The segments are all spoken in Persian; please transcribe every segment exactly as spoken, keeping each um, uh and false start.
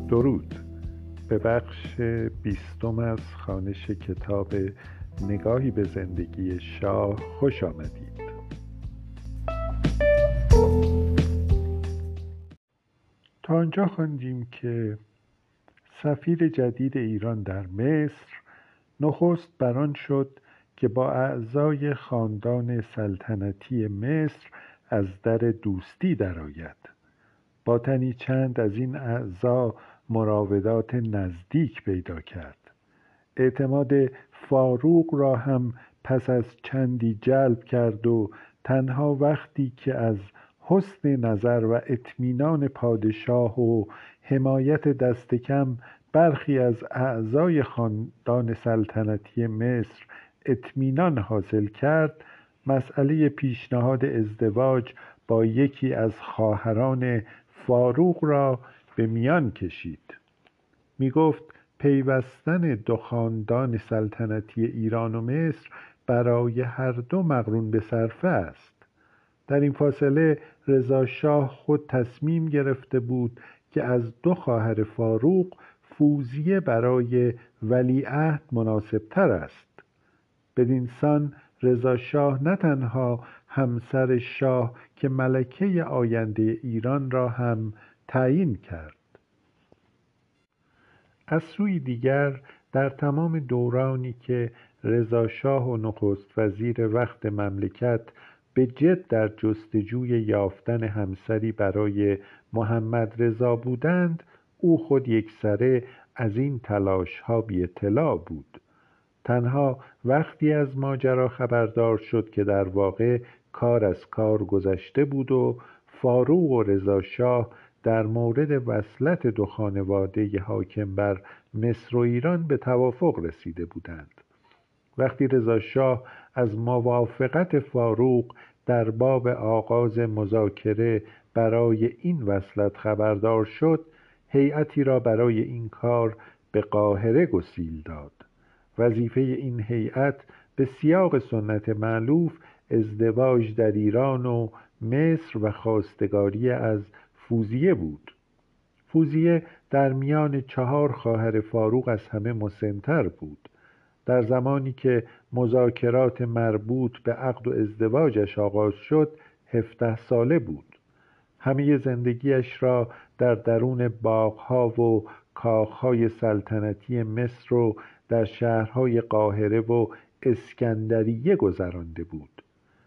درود. به بخش بیستم از خوانش کتاب نگاهی به زندگی شاه خوش آمدید. تا آنجا خواندیم که سفیر جدید ایران در مصر نخست بران شد که با اعضای خاندان سلطنتی مصر از در دوستی درآید. با تنی چند از این اعضا مراودات نزدیک پیدا کرد. اعتماد فاروق را هم پس از چندی جلب کرد و تنها وقتی که از حسن نظر و اطمینان پادشاه و حمایت دست کم برخی از اعضای خاندان سلطنتی مصر اطمینان حاصل کرد، مسئله پیشنهاد ازدواج با یکی از خواهران فاروق را به میان کشید. می گفت پیوستن دو خاندان سلطنتی ایران و مصر برای هر دو مقرون به صرفه است. در این فاصله رضا شاه خود تصمیم گرفته بود که از دو خواهر فاروق فوزیه برای ولیعهد مناسب تر است. بدین سان رضا شاه نه تنها همسر شاه که ملکه آینده ایران را هم تعیین کرد. از سوی دیگر در تمام دورانی که رضا شاه و نخست وزیر وقت مملکت به جد در جستجوی یافتن همسری برای محمد رضا بودند، او خود یکسره از این تلاش ها بی اطلاع بود. تنها وقتی از ماجرا خبردار شد که در واقع کار از کار گذشته بود و فاروق و رضا شاه در مورد وصلت دو خانواده حاکم بر مصر و ایران به توافق رسیده بودند. وقتی رضا شاه از موافقت فاروق در باب آغاز مذاکره برای این وصلت خبردار شد، هیئتی را برای این کار به قاهره گسیل داد. وظیفه این هیئت به سیاق سنت مألوف ازدواج در ایران و مصر و خواستگاری از فوزیه بود. فوزیه در میان چهار خواهر فاروق از همه مسن‌تر بود. در زمانی که مذاکرات مربوط به عقد و ازدواجش آغاز شد، هفده ساله بود. همه زندگیش را در درون باغ‌ها و کاخ‌های سلطنتی مصر و در شهرهای قاهره و اسکندریه گذرانده بود.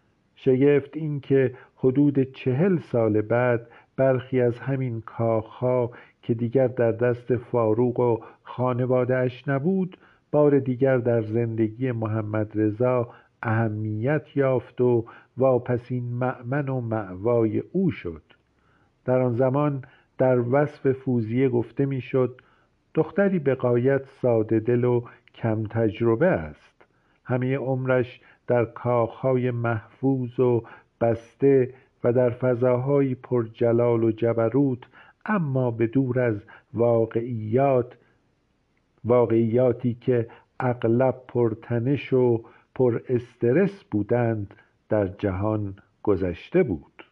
شگفت این که حدود چهل سال بعد برخی از همین کاخ‌ها که دیگر در دست فاروق و خانواده اش نبود، بار دیگر در زندگی محمد رضا اهمیت یافت و واپسین مأمن و مأوای او شد. در آن زمان در وصف فوزیه گفته میشد دختری به غایت ساده دل و کم تجربه است. همه عمرش در کاخهای محفوظ و بسته و در فضاهای پر جلال و جبروت، اما به دور از واقعیات واقعیاتی که اغلب پرتنش و پر استرس بودند در جهان گذشته بود.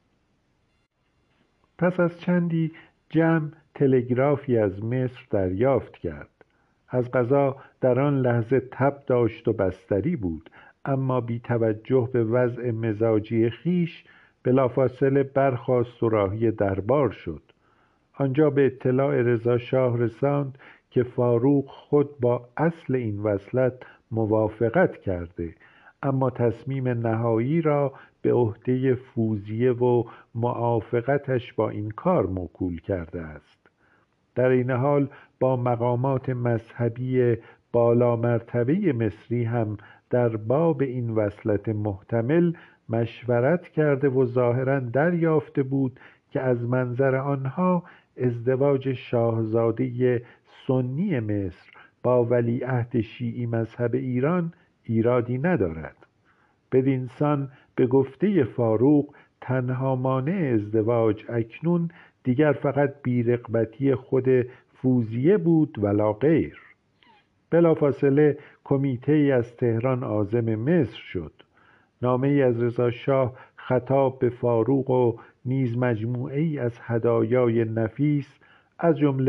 پس از چندی جمع تلگرافی از مصر دریافت کرد. از قضا در آن لحظه تب داشت و بستری بود، اما بی توجه به وضع مزاجی خیش بلافاصله برخاست و راهی دربار شد. آنجا به اطلاع رضا شاه رساند که فاروق خود با اصل این وصلت موافقت کرده، اما تصمیم نهایی را به عهده فوزیه و موافقتش با این کار موکول کرده است. در این حال با مقامات مذهبی بالا مرتبه مصری هم در باب این وصلت محتمل مشورت کرده و ظاهراً دریافته بود که از منظر آنها ازدواج شاهزاده سنی مصر با ولیعهد شیعی مذهب ایران ایرادی ندارد. بدین سان به گفته فاروق تنها مانع ازدواج اکنون دیگر فقط بی‌رغبتی خود فوزیه بود ولا غیر. بلافاصله کمیته‌ای از تهران عازم مصر شد. نامه‌ای از رضا شاه خطاب به فاروق و نیز مجموعه‌ای از هدایای نفیس از جمله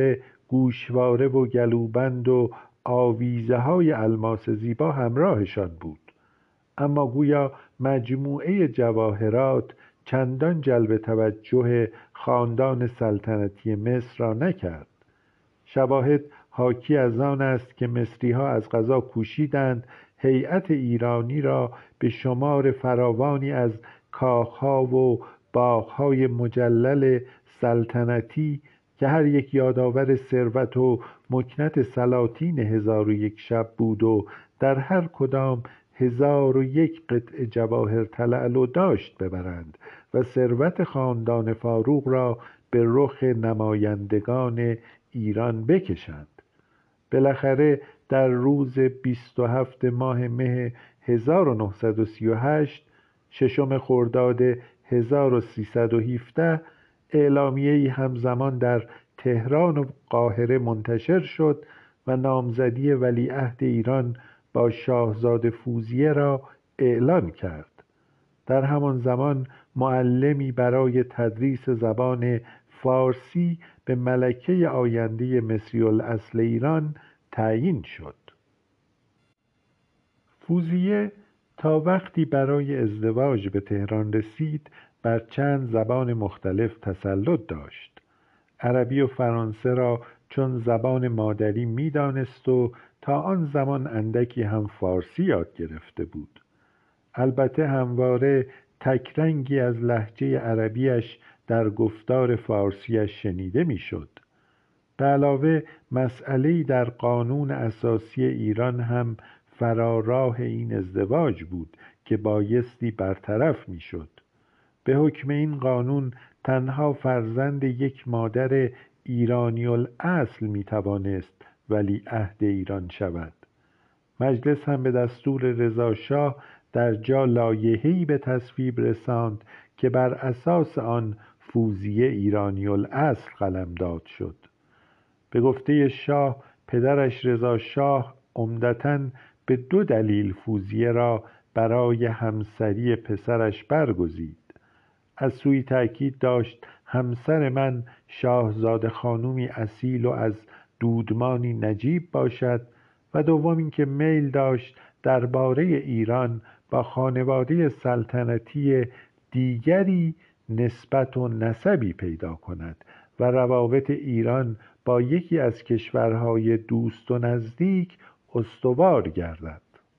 گوشواره و گلوبند و آویزه های الماس زیبا همراهشان بود. اما گویا مجموعه جواهرات چندان جلب توجه خاندان سلطنتی مصر را نکرد. شواهد حاکی از آن است که مصری‌ها از قضا کوشیدند هیئت ایرانی را به شمار فراوانی از کاخ‌ها و باغ‌های مجلل سلطنتی که هر یک یادآور ثروت و مکنت سلاطین هزار و یک شب بود و در هر کدام هزار و یک قطعه جواهر تلألؤ داشت ببرند و ثروت خاندان فاروق را به رخ نمایندگان ایران بکشند. بالاخره در روز بیست و هفت ماه مه هزار و نهصد و سی و هشت ششم خرداد هزار و سیصد و هفده اعلامیه‌ای همزمان در تهران و قاهره منتشر شد و نامزدی ولیعهد ایران با شاهزاده فوزیه را اعلان کرد. در همان زمان معلمی برای تدریس زبان فارسی به ملکه آینده مصری الاصل ایران تعیین شد. فوزیه تا وقتی برای ازدواج به تهران رسید بر چند زبان مختلف تسلط داشت. عربی و فرانسه را چون زبان مادری می‌دانست و تا آن زمان اندکی هم فارسی یاد گرفته بود. البته همواره تکرنگی از لهجه عربیش در گفتار فارسیش شنیده میشد. به علاوه مسئله‌ای در قانون اساسی ایران هم فراراه این ازدواج بود که بایستی برطرف میشد. به حکم این قانون تنها فرزند یک مادر ایرانی الاصل میتوانست ولیعهد ایران شود. مجلس هم به دستور رضا شاه در جا لایحه‌ای به تصویب رساند که بر اساس آن فوزیه ایرانی الاصل قلمداد شد. به گفته شاه پدرش رضا شاه عمدتاً به دو دلیل فوزیه را برای همسری پسرش برگزید. از سوی تأکید داشت همسر من شاهزاده خانومی اصیل و از دودمانی نجیب باشد و دوم اینکه میل داشت درباره ایران با خانواده سلطنتی دیگری نسبت و نسبی پیدا کند و روابط ایران با یکی از کشورهای دوست و نزدیک استوار گردد.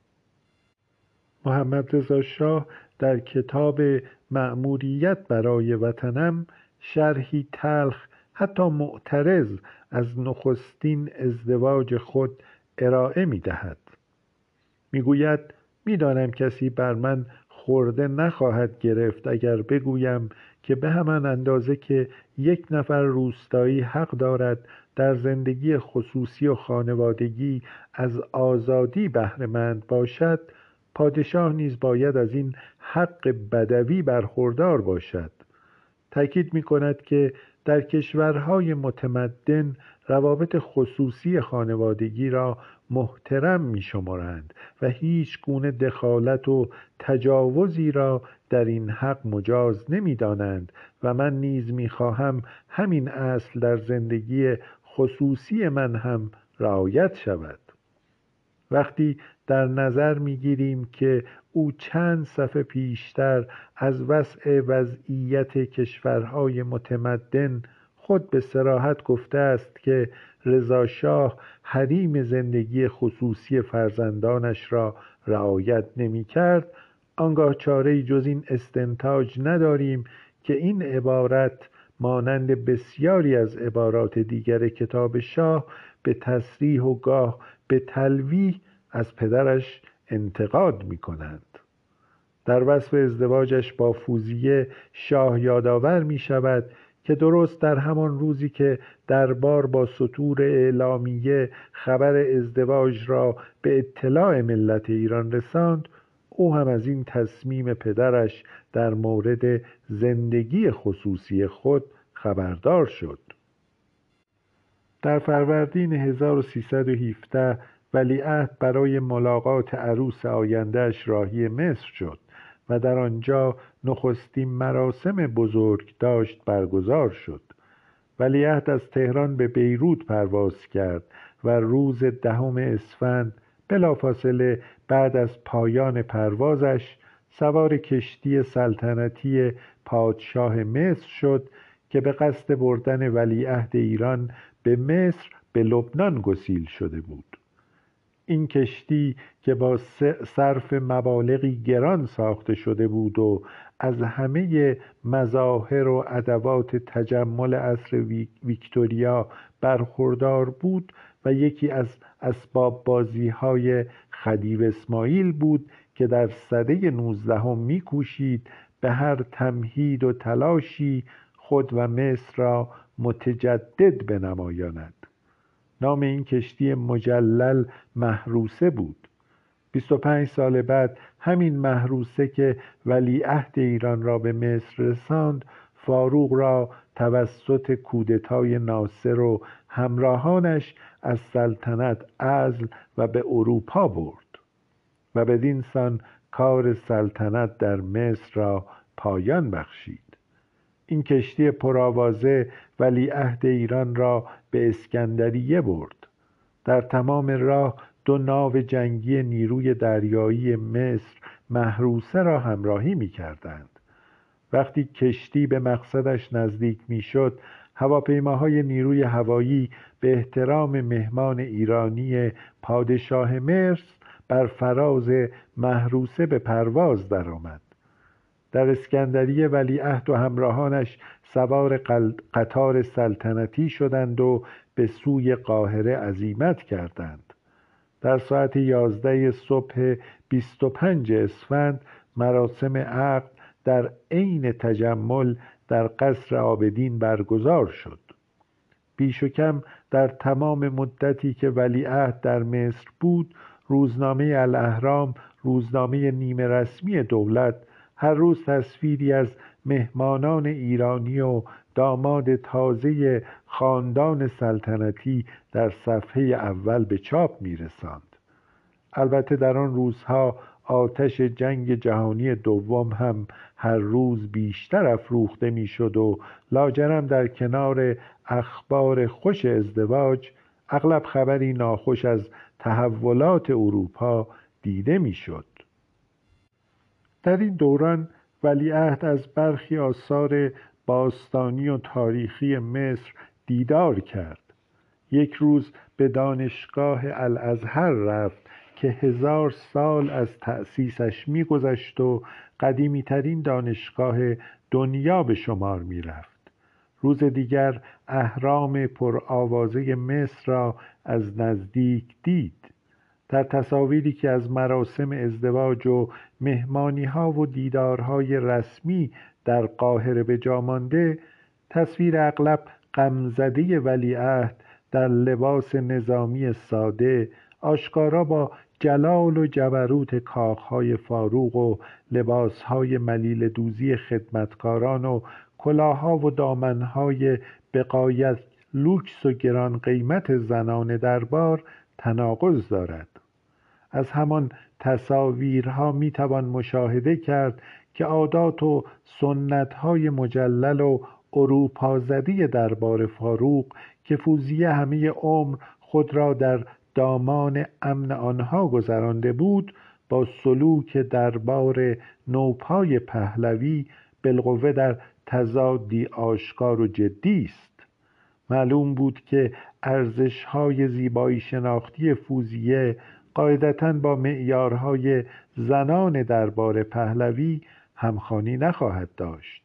محمد رضا شاه در کتاب مأموریت برای وطنم شرحی تلخ حتی معترض از نخستین ازدواج خود ارائه می دهد. می گوید می دانم کسی بر من خورده نخواهد گرفت اگر بگویم که به همان اندازه که یک نفر روستایی حق دارد در زندگی خصوصی و خانوادگی از آزادی بهره‌مند باشد، پادشاه نیز باید از این حق بدوی برخوردار باشد. تأکید می کند که در کشورهای متمدن روابط خصوصی خانوادگی را محترم می شمارند و هیچ گونه دخالت و تجاوزی را در این حق مجاز نمی دانند و من نیز می خواهم همین اصل در زندگی خصوصی من هم رعایت شود. وقتی در نظر می‌گیریم که او چند صفحه پیشتر از وضع وضعیت کشورهای متمدن خود به صراحت گفته است که رضا شاه حریم زندگی خصوصی فرزندانش را رعایت نمی‌کرد، آنگاه چاره‌ای جز این استنتاج نداریم که این عبارت مانند بسیاری از عبارات دیگر کتاب شاه به تصریح و گاه به تلویح از پدرش انتقاد می کنند. در وصف ازدواجش با فوزیه شاه یادآور می شود که درست در همان روزی که دربار با سطور اعلامیه خبر ازدواج را به اطلاع ملت ایران رساند، او هم از این تصمیم پدرش در مورد زندگی خصوصی خود خبردار شد. در فروردین هزار و سیصد و هفده ولیعهد برای ملاقات عروس آینده‌اش راهی مصر شد و در آنجا نخستین مراسم بزرگ داشت برگزار شد. ولیعهد از تهران به بیروت پرواز کرد و روز دهم اسفند بلافاصله بعد از پایان پروازش سوار کشتی سلطنتی پادشاه مصر شد که به قصد بردن ولیعهد ایران به مصر به لبنان گسیل شده بود. این کشتی که با صرف مبالغی گران ساخته شده بود و از همه مظاهر و ادوات تجمل عصر ویکتوریا برخوردار بود و یکی از اسباب بازی های خدیو اسماعیل بود که در سده نوزدهم می‌کوشید به هر تمهید و تلاشی خود و مصر را متجدد بنمایاند. نام این کشتی مجلل محروسه بود. بیست و پنج سال بعد همین محروسه که ولیعهد ایران را به مصر رساند، فاروق را توسط کودتای ناصر و همراهانش از سلطنت عزل و به اروپا برد و بدین سان کار سلطنت در مصر را پایان بخشید. این کشتی پرآوازه ولیعهد ایران را به اسکندریه برد. در تمام راه دو ناو جنگی نیروی دریایی مصر محروسه را همراهی می کردند. وقتی کشتی به مقصدش نزدیک می شد، هواپیماهای نیروی هوایی به احترام مهمان ایرانی پادشاه مصر بر فراز محروسه به پرواز درآمد. در اسکندریه ولیعهد و همراهانش سوار قطار سلطنتی شدند و به سوی قاهره عزیمت کردند. در ساعت یازده صبح بیست و پنج اسفند مراسم عقد در عین تجمل در قصر عابدین برگزار شد. بیش و کم در تمام مدتی که ولیعهد در مصر بود، روزنامه الاهرام، روزنامه نیمه رسمی دولت، هر روز تصویری از مهمانان ایرانی و داماد تازه خاندان سلطنتی در صفحه اول به چاپ می‌رساند. البته در آن روزها آتش جنگ جهانی دوم هم هر روز بیشتر افروخته میشد و لاجرم در کنار اخبار خوش ازدواج اغلب خبری ناخوش از تحولات اروپا دیده میشد. در این دوران ولیعهد از برخی آثار باستانی و تاریخی مصر دیدار کرد. یک روز به دانشگاه الازهر رفت که هزار سال از تأسیسش می‌گذشت و قدیمی‌ترین دانشگاه دنیا به شمار می‌رفت. روز دیگر اهرام پرآوازه مصر را از نزدیک دید. در تصاویری که از مراسم ازدواج و مهمانی‌ها و دیدارهای رسمی در قاهره به جا مانده، تصویر اغلب غمزده ولیعهد در لباس نظامی ساده آشکارا با جلال و جبروت کاخهای فاروق و لباسهای ملیل دوزی خدمتکاران و کلاه‌ها و دامنهای بغایت لوکس و گران قیمت زنان دربار تناقض دارد. از همان تصاویرها میتوان مشاهده کرد که عادات و سنتهای مجلل و اروپا زده دربار فاروق که فوزیه همه عمر خود را در دامان امن آنها گذرانده بود، با سلوک دربار نوپای پهلوی بالقوه در تضادی آشکار و جدی است. معلوم بود که ارزش‌های زیبایی شناختی فوزیه قاعدتاً با معیارهای زنان دربار پهلوی همخوانی نخواهد داشت.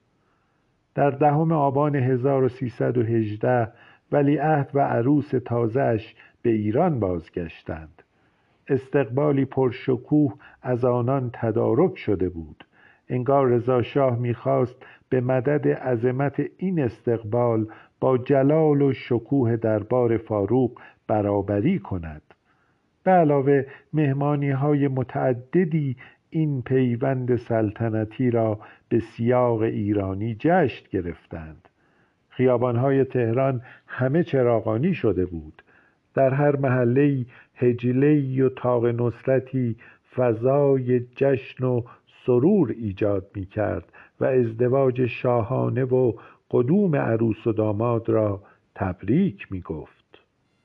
در دهم آبان هزار و سیصد و هجده ولیعهد و عروس تازه‌اش به ایران بازگشتند. استقبالی پرشکوه از آنان تدارک شده بود. انگار رضا شاه می‌خواست به مدد عظمت این استقبال با جلال و شکوه دربار فاروق برابری کند. به علاوه مهمانی‌های متعددی این پیوند سلطنتی را به سیاق ایرانی جشن گرفتند. خیابان‌های تهران همه چراغانی شده بود. در هر محله‌ای حجله‌ای و طاق نصرتی فضای جشن و سرور ایجاد می‌کرد و ازدواج شاهانه و قدوم عروس و داماد را تبریک می گفت.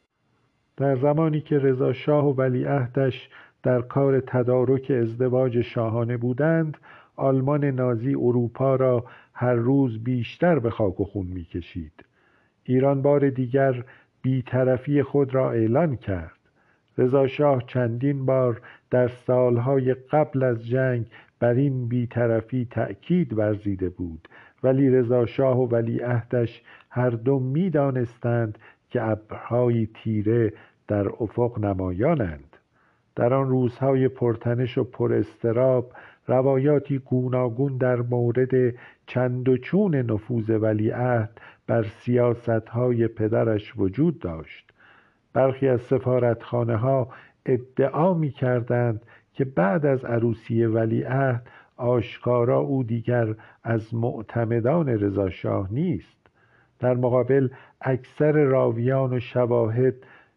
در زمانی که رضا شاه و ولیعهدش در کار تدارک ازدواج شاهانه بودند، آلمان نازی اروپا را هر روز بیشتر به خاک و خون می کشید. ایران بار دیگر بی‌طرفی خود را اعلان کرد. رضا شاه چندین بار در سالهای قبل از جنگ بر این بی‌طرفی تأکید ورزیده بود، ولی رضا شاه و ولیعهدش هر دو می دانستند که ابرهای تیره در افق نمایانند. در آن روزهای پرتنش و پر اضطراب روایاتی گوناگون در مورد چند و چون نفوذ ولیعهد بر سیاستهای پدرش وجود داشت. برخی از سفارتخانه‌ها ادعا می‌کردند که بعد از عروسی ولیعهد آشکارا او دیگر از معتمدان رضا شاه نیست. در مقابل اکثر راویان و شواهد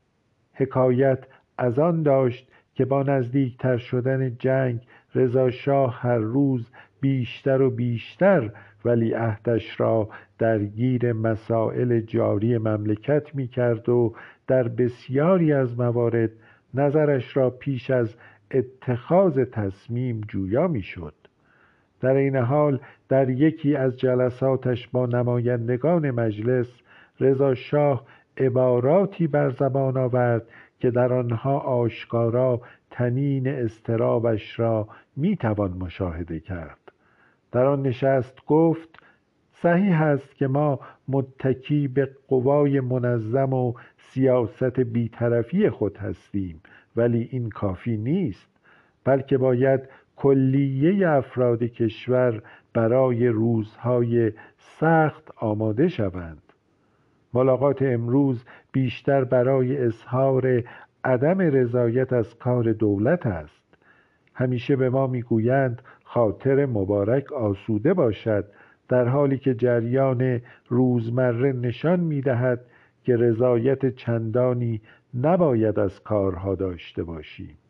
حکایت از آن داشت که با نزدیکتر شدن جنگ رضا شاه هر روز بیشتر و بیشتر ولیعهدش را درگیر مسائل جاری مملکت می کرد و در بسیاری از موارد نظرش را پیش از اتخاذ تصمیم جویا می شد. در این حال در یکی از جلساتش با نمایندگان مجلس رضا شاه عباراتی بر زبان آورد که در آنها آشکارا طنین اضطرابش را می توان مشاهده کرد. در آن نشست گفت: صحیح است که ما متکی به قوای منظم و سیاست بی‌طرفی خود هستیم، ولی این کافی نیست، بلکه باید کلیه افراد کشور برای روزهای سخت آماده شوند. ملاقات امروز بیشتر برای اظهار عدم رضایت از کار دولت است. همیشه به ما میگویند خاطر مبارک آسوده باشد، در حالی که جریان روزمره نشان می‌دهد که رضایت چندانی نباید از کارها داشته باشیم.